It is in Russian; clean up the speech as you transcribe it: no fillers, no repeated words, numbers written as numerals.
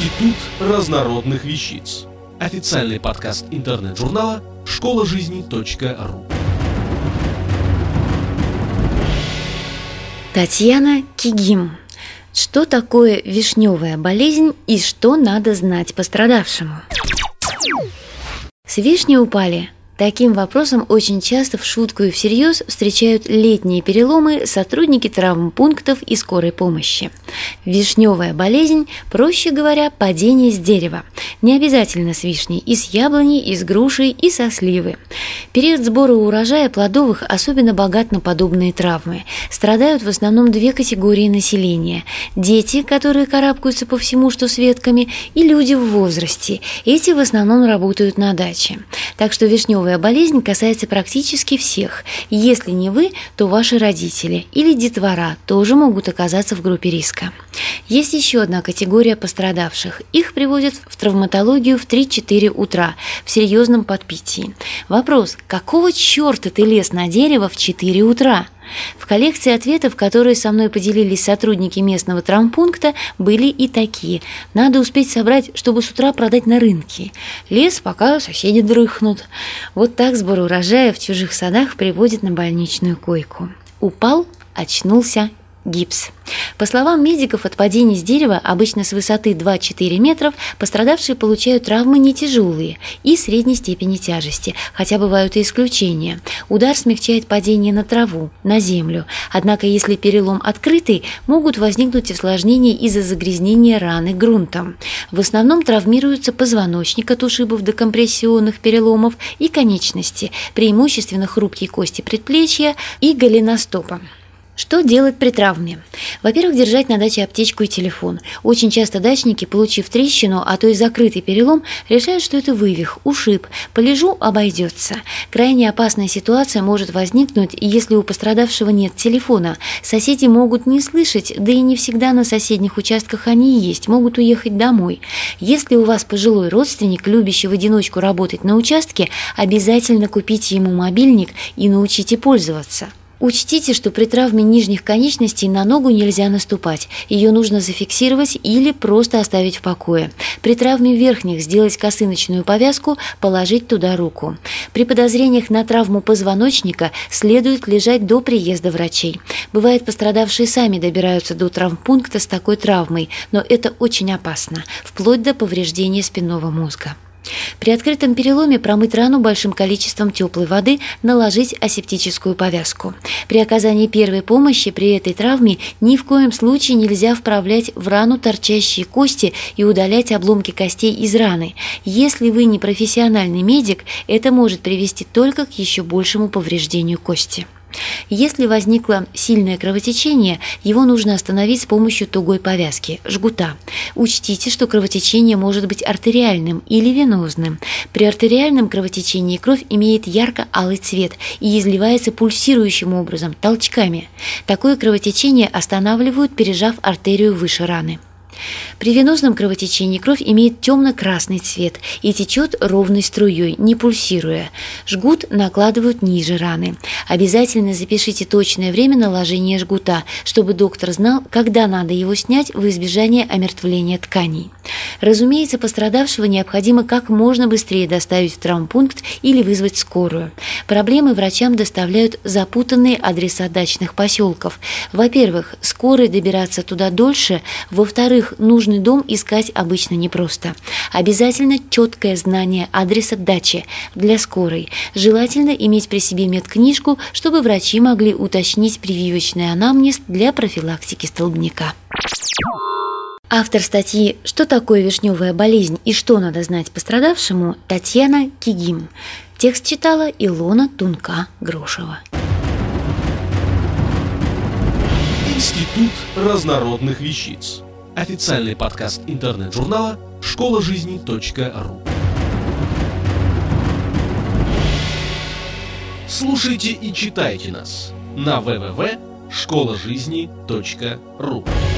Институт разнородных вещиц. Официальный подкаст интернет-журнала школажизни.ру. Татьяна Кигим. Что такое вишневая болезнь и что надо знать пострадавшему? С вишни упали. Таким вопросом очень часто в шутку и всерьез встречают летние переломы сотрудники травмпунктов и скорой помощи. Вишневая болезнь, проще говоря, падение с дерева. Не обязательно с вишней, и с яблоней, и с грушей, и со сливы. Период сбора урожая плодовых особенно богат на подобные травмы. Страдают в основном две категории населения: дети, которые карабкаются по всему, что с ветками, и люди в возрасте. Эти в основном работают на даче. Так что вишневая болезнь касается практически всех. Если не вы, то ваши родители или детвора тоже могут оказаться в группе риска. Есть еще одна категория пострадавших. Их приводят в травматологию в 3-4 утра в серьезном подпитии. Вопрос: какого черта ты лез на дерево в 4 утра? В коллекции ответов, которые со мной поделились сотрудники местного травмпункта, были и такие. Надо успеть собрать, чтобы с утра продать на рынке. Лес, пока соседи дрыхнут. Вот так сбор урожая в чужих садах приводит на больничную койку. Упал, очнулся, гипс. По словам медиков, от падения с дерева, обычно с высоты 2-4 метров, пострадавшие получают травмы не тяжелые и средней степени тяжести, хотя бывают и исключения. Удар смягчает падение на траву, на землю. Однако, если перелом открытый, могут возникнуть осложнения из-за загрязнения раны грунтом. В основном травмируются позвоночник от ушибов до компрессионных переломов и конечности, преимущественно хрупкие кости предплечья и голеностопа. Что делать при травме? Во-первых, держать на даче аптечку и телефон. Очень часто дачники, получив трещину, а то и закрытый перелом, решают, что это вывих, ушиб. Полежу, обойдется. Крайне опасная ситуация может возникнуть, если у пострадавшего нет телефона. Соседи могут не слышать, да и не всегда на соседних участках они есть, могут уехать домой. Если у вас пожилой родственник, любящий в одиночку работать на участке, обязательно купите ему мобильник и научите пользоваться. Учтите, что при травме нижних конечностей на ногу нельзя наступать, ее нужно зафиксировать или просто оставить в покое. При травме верхних сделать косыночную повязку, положить туда руку. При подозрениях на травму позвоночника следует лежать до приезда врачей. Бывает, пострадавшие сами добираются до травмпункта с такой травмой, но это очень опасно, вплоть до повреждения спинного мозга. При открытом переломе промыть рану большим количеством теплой воды, наложить асептическую повязку. При оказании первой помощи при этой травме ни в коем случае нельзя вправлять в рану торчащие кости и удалять обломки костей из раны. Если вы не профессиональный медик, это может привести только к еще большему повреждению кости. Если возникло сильное кровотечение, его нужно остановить с помощью тугой повязки, жгута. Учтите, что кровотечение может быть артериальным или венозным. При артериальном кровотечении кровь имеет ярко-алый цвет и изливается пульсирующим образом, толчками. Такое кровотечение останавливают, пережав артерию выше раны. При венозном кровотечении кровь имеет темно-красный цвет и течет ровной струей, не пульсируя. Жгут накладывают ниже раны. Обязательно запишите точное время наложения жгута, чтобы доктор знал, когда надо его снять в избежание омертвления тканей. Разумеется, пострадавшего необходимо как можно быстрее доставить в травмпункт или вызвать скорую. Проблемы врачам доставляют запутанные адреса дачных поселков. Во-первых, скорой добираться туда дольше. Во-вторых, нужный дом искать обычно непросто. Обязательно четкое знание адреса дачи для скорой. Желательно иметь при себе медкнижку, чтобы врачи могли уточнить прививочный анамнез для профилактики столбняка. Автор статьи «Что такое вишневая болезнь и что надо знать пострадавшему» Татьяна Кигим. Текст читала Илона Тунка-Грошева. Институт разнородных вещиц. Официальный подкаст интернет-журнала школажизни.ру. Слушайте и читайте нас на www.школажизни.ру.